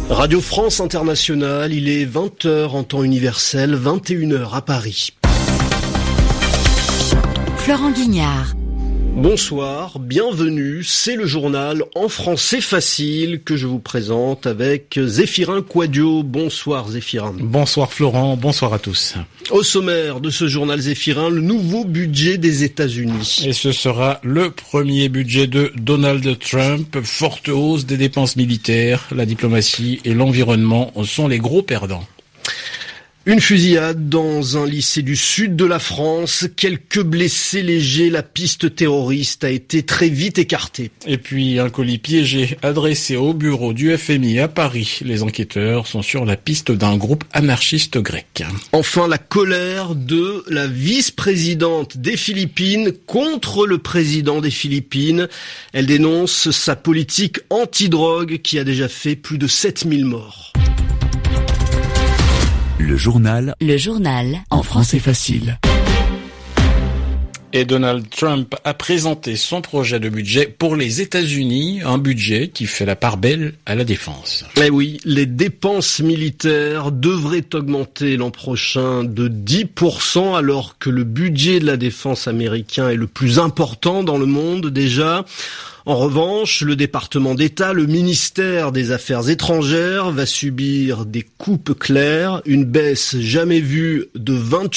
Radio France Internationale, il est 20h en temps universel, 21h à Paris. Florent Guignard. Bonsoir, bienvenue, c'est le journal en français facile que je vous présente avec Zéphirin Quadio. Bonsoir Zéphirin. Bonsoir Florent, bonsoir à tous. Au sommaire de ce journal Zéphirin, le nouveau budget des États-Unis. Et ce sera le premier budget de Donald Trump. Forte hausse des dépenses militaires, la diplomatie et l'environnement sont les gros perdants. Une fusillade dans un lycée du sud de la France, quelques blessés légers, la piste terroriste a été très vite écartée. Et puis un colis piégé adressé au bureau du FMI à Paris. Les enquêteurs sont sur la piste d'un groupe anarchiste grec. Enfin, la colère de la vice-présidente des Philippines contre le président des Philippines. Elle dénonce sa politique anti-drogue qui a déjà fait plus de 7000 morts. Le journal en français facile. Et Donald Trump a présenté son projet de budget pour les États-Unis, un budget qui fait la part belle à la défense. Eh oui, les dépenses militaires devraient augmenter l'an prochain de 10%, alors que le budget de la défense américain est le plus important dans le monde déjà. En revanche, le département d'État, le ministère des Affaires étrangères, va subir des coupes claires, une baisse jamais vue de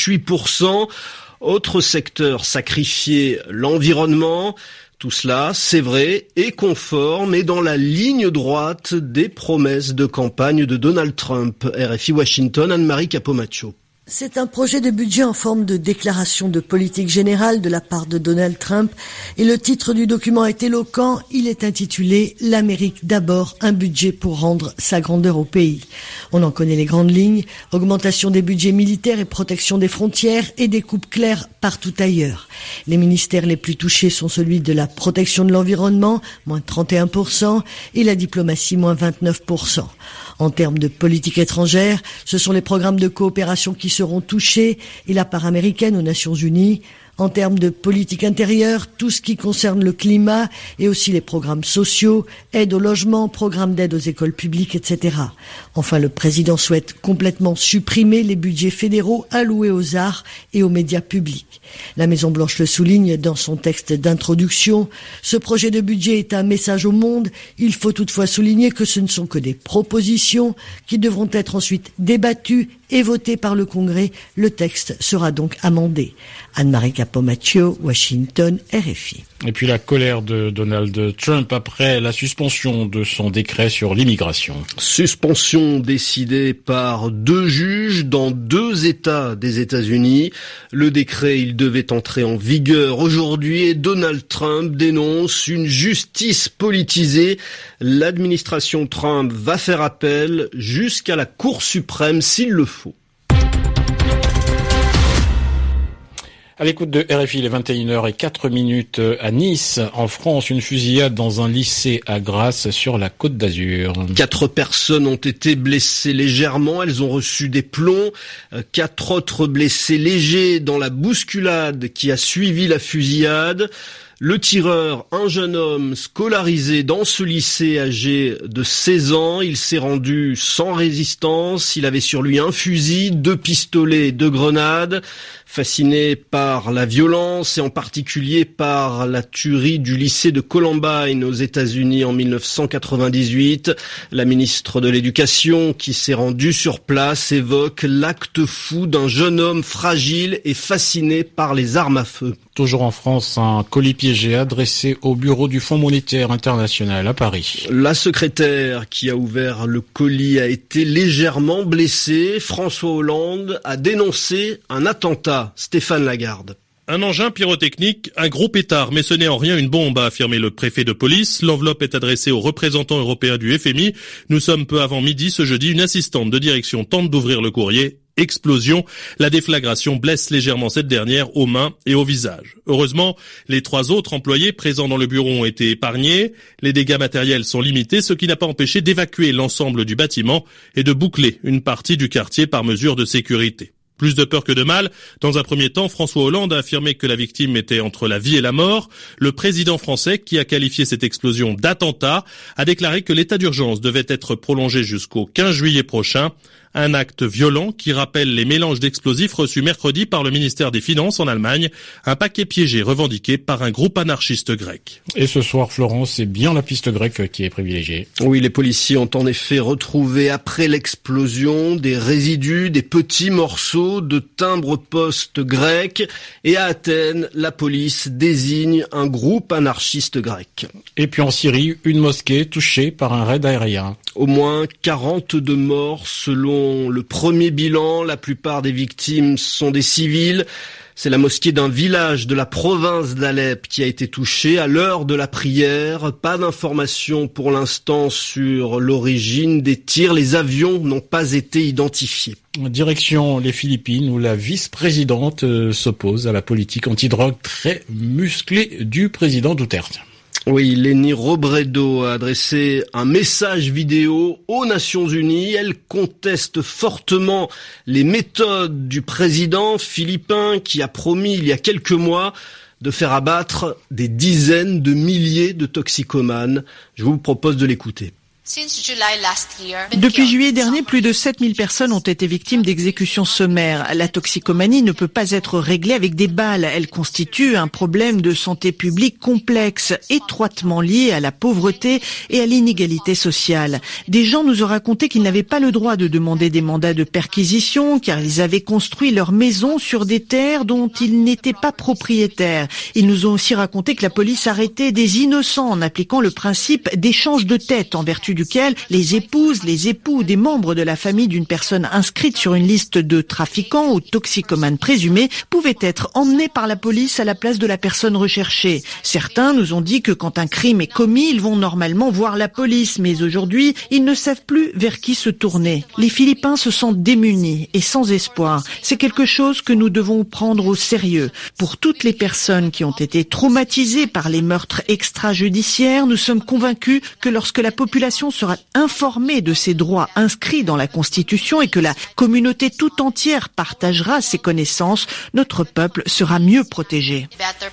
28%. Autre secteur sacrifié, l'environnement. Tout cela, c'est vrai, est conforme et dans la ligne droite des promesses de campagne de Donald Trump. RFI Washington, Anne-Marie Capomaccio. C'est un projet de budget en forme de déclaration de politique générale de la part de Donald Trump et le titre du document est éloquent. Il est intitulé « L'Amérique d'abord, un budget pour rendre sa grandeur au pays ». On en connaît les grandes lignes, augmentation des budgets militaires et protection des frontières et des coupes claires partout ailleurs. Les ministères les plus touchés sont celui de la protection de l'environnement, moins 31%, et la diplomatie, moins 29%. En termes de politique étrangère, ce sont les programmes de coopération qui seront touchés et la part américaine aux Nations Unies. En termes de politique intérieure, tout ce qui concerne le climat et aussi les programmes sociaux, aide au logement, programmes d'aide aux écoles publiques, etc. Enfin, le président souhaite complètement supprimer les budgets fédéraux alloués aux arts et aux médias publics. La Maison-Blanche le souligne dans son texte d'introduction. Ce projet de budget est un message au monde. Il faut toutefois souligner que ce ne sont que des propositions qui devront être ensuite débattues et votées par le Congrès. Le texte sera donc amendé. Anne-Marie Capomaccio, Washington, RFI. Et puis la colère de Donald Trump après la suspension de son décret sur l'immigration. Suspension décidée par 2 juges dans 2 États des États-Unis. Le décret, il devait entrer en vigueur aujourd'hui et Donald Trump dénonce une justice politisée. L'administration Trump va faire appel jusqu'à la Cour suprême s'il le faut. À l'écoute de RFI, il est 21h04 à Nice, en France, une fusillade dans un lycée à Grasse sur la Côte d'Azur. 4 personnes ont été blessées légèrement, elles ont reçu des plombs. 4 autres blessés légers dans la bousculade qui a suivi la fusillade. Le tireur, un jeune homme scolarisé dans ce lycée âgé de 16 ans, il s'est rendu sans résistance, il avait sur lui un fusil, 2 pistolets et 2 grenades. Fasciné par la violence et en particulier par la tuerie du lycée de Columbine aux États-Unis en 1998, la ministre de l'Éducation qui s'est rendue sur place évoque l'acte fou d'un jeune homme fragile et fasciné par les armes à feu. Toujours en France, un colis piégé adressé au bureau du Fonds monétaire international à Paris. La secrétaire qui a ouvert le colis a été légèrement blessée. François Hollande a dénoncé un attentat. Stéphane Lagarde. Un engin pyrotechnique, un gros pétard, mais ce n'est en rien une bombe, a affirmé le préfet de police. L'enveloppe est adressée aux représentants européens du FMI. Nous sommes peu avant midi ce jeudi. Une assistante de direction tente d'ouvrir le courrier. Explosion. La déflagration blesse légèrement cette dernière aux mains et au visage. Heureusement, les 3 autres employés présents dans le bureau ont été épargnés. Les dégâts matériels sont limités, ce qui n'a pas empêché d'évacuer l'ensemble du bâtiment et de boucler une partie du quartier par mesure de sécurité. Plus de peur que de mal. Dans un premier temps, François Hollande a affirmé que la victime était entre la vie et la mort. Le président français, qui a qualifié cette explosion d'attentat, a déclaré que l'état d'urgence devait être prolongé jusqu'au 15 juillet prochain. Un acte violent qui rappelle les mélanges d'explosifs reçus mercredi par le ministère des Finances en Allemagne. Un paquet piégé revendiqué par un groupe anarchiste grec. Et ce soir, Florence, c'est bien la piste grecque qui est privilégiée. Oui, les policiers ont en effet retrouvé après l'explosion des résidus, des petits morceaux de timbres-poste grecs. Et à Athènes, la police désigne un groupe anarchiste grec. Et puis en Syrie, une mosquée touchée par un raid aérien. Au moins 42 morts selon le premier bilan. La plupart des victimes sont des civils. C'est la mosquée d'un village de la province d'Alep qui a été touchée à l'heure de la prière. Pas d'informations pour l'instant sur l'origine des tirs. Les avions n'ont pas été identifiés. Direction les Philippines où la vice-présidente s'oppose à la politique antidrogue très musclée du président Duterte. Oui, Leni Robredo a adressé un message vidéo aux Nations Unies. Elle conteste fortement les méthodes du président philippin qui a promis il y a quelques mois de faire abattre des dizaines de milliers de toxicomanes. Je vous propose de l'écouter. Depuis juillet dernier, plus de 7000 personnes ont été victimes d'exécutions sommaires. La toxicomanie ne peut pas être réglée avec des balles. Elle constitue un problème de santé publique complexe, étroitement lié à la pauvreté et à l'inégalité sociale. Des gens nous ont raconté qu'ils n'avaient pas le droit de demander des mandats de perquisition car ils avaient construit leur maison sur des terres dont ils n'étaient pas propriétaires. Ils nous ont aussi raconté que la police arrêtait des innocents en appliquant le principe d'échange de tête en vertu duquel les épouses, les époux des membres de la famille d'une personne inscrite sur une liste de trafiquants ou toxicomanes présumés pouvaient être emmenés par la police à la place de la personne recherchée. Certains nous ont dit que quand un crime est commis, ils vont normalement voir la police, mais aujourd'hui, ils ne savent plus vers qui se tourner. Les Philippins se sentent démunis et sans espoir. C'est quelque chose que nous devons prendre au sérieux. Pour toutes les personnes qui ont été traumatisées par les meurtres extrajudiciaires, nous sommes convaincus que lorsque la population sera informée de ses droits inscrits dans la Constitution et que la communauté tout entière partagera ses connaissances, notre peuple sera mieux protégé.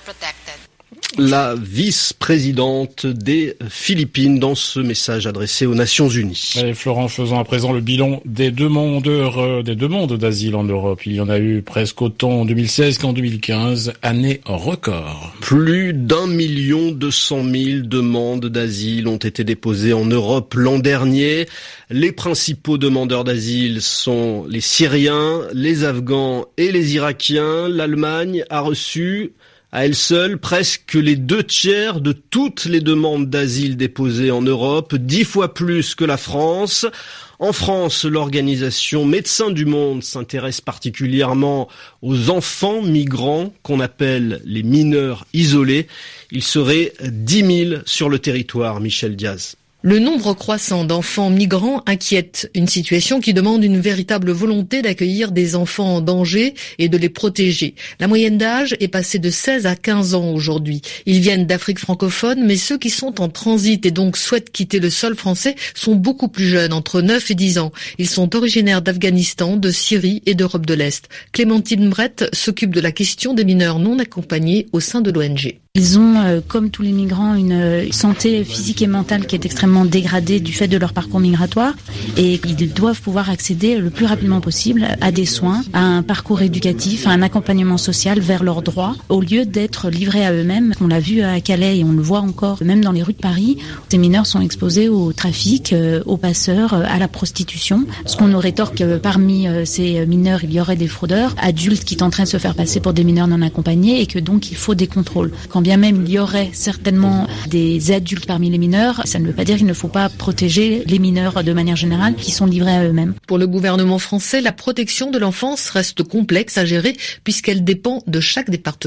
La vice-présidente des Philippines dans ce message adressé aux Nations Unies. Allez, Florent, faisons à présent le bilan des demandes d'asile en Europe. Il y en a eu presque autant en 2016 qu'en 2015, année record. Plus d'1 200 000 demandes d'asile ont été déposées en Europe l'an dernier. Les principaux demandeurs d'asile sont les Syriens, les Afghans et les Irakiens. L'Allemagne a reçu à elle seule presque les 2/3 de toutes les demandes d'asile déposées en Europe, 10 fois plus que la France. En France, l'organisation Médecins du Monde s'intéresse particulièrement aux enfants migrants qu'on appelle les mineurs isolés. Ils seraient 10 000 sur le territoire, Michel Diaz. Le nombre croissant d'enfants migrants inquiète, une situation qui demande une véritable volonté d'accueillir des enfants en danger et de les protéger. La moyenne d'âge est passée de 16 à 15 ans aujourd'hui. Ils viennent d'Afrique francophone, mais ceux qui sont en transit et donc souhaitent quitter le sol français sont beaucoup plus jeunes, entre 9 et 10 ans. Ils sont originaires d'Afghanistan, de Syrie et d'Europe de l'Est. Clémentine Brett s'occupe de la question des mineurs non accompagnés au sein de l'ONG. Ils ont, comme tous les migrants, une santé physique et mentale qui est extrêmement dégradée du fait de leur parcours migratoire et ils doivent pouvoir accéder le plus rapidement possible à des soins, à un parcours éducatif, à un accompagnement social vers leurs droits au lieu d'être livrés à eux-mêmes. On l'a vu à Calais et on le voit encore même dans les rues de Paris. Ces mineurs sont exposés au trafic, aux passeurs, à la prostitution. Ce qu'on nous rétorque, parmi ces mineurs, il y aurait des fraudeurs, adultes qui tenteraient de se faire passer pour des mineurs non accompagnés et que donc il faut des contrôles. Quand bien même il y aurait certainement des adultes parmi les mineurs, ça ne veut pas dire qu'il ne faut pas protéger les mineurs de manière générale qui sont livrés à eux-mêmes. Pour le gouvernement français, la protection de l'enfance reste complexe à gérer puisqu'elle dépend de chaque département.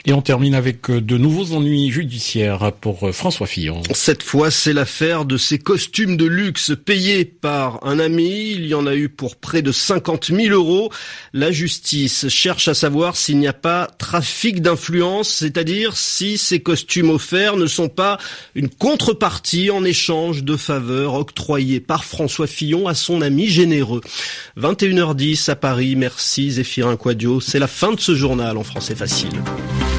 Et on termine avec de nouveaux ennuis judiciaires pour François Fillon. Cette fois, c'est l'affaire de ces costumes de luxe payés par un ami. Il y en a eu pour près de 50 000 €. La justice cherche à savoir s'il n'y a pas trafic d'influence, c'est-à-dire si ces costumes offerts ne sont pas une contrepartie en échange de faveurs octroyées par François Fillon à son ami généreux. 21h10 à Paris. Merci Zéphirin Quadio. C'est la fin de ce journal en français facile.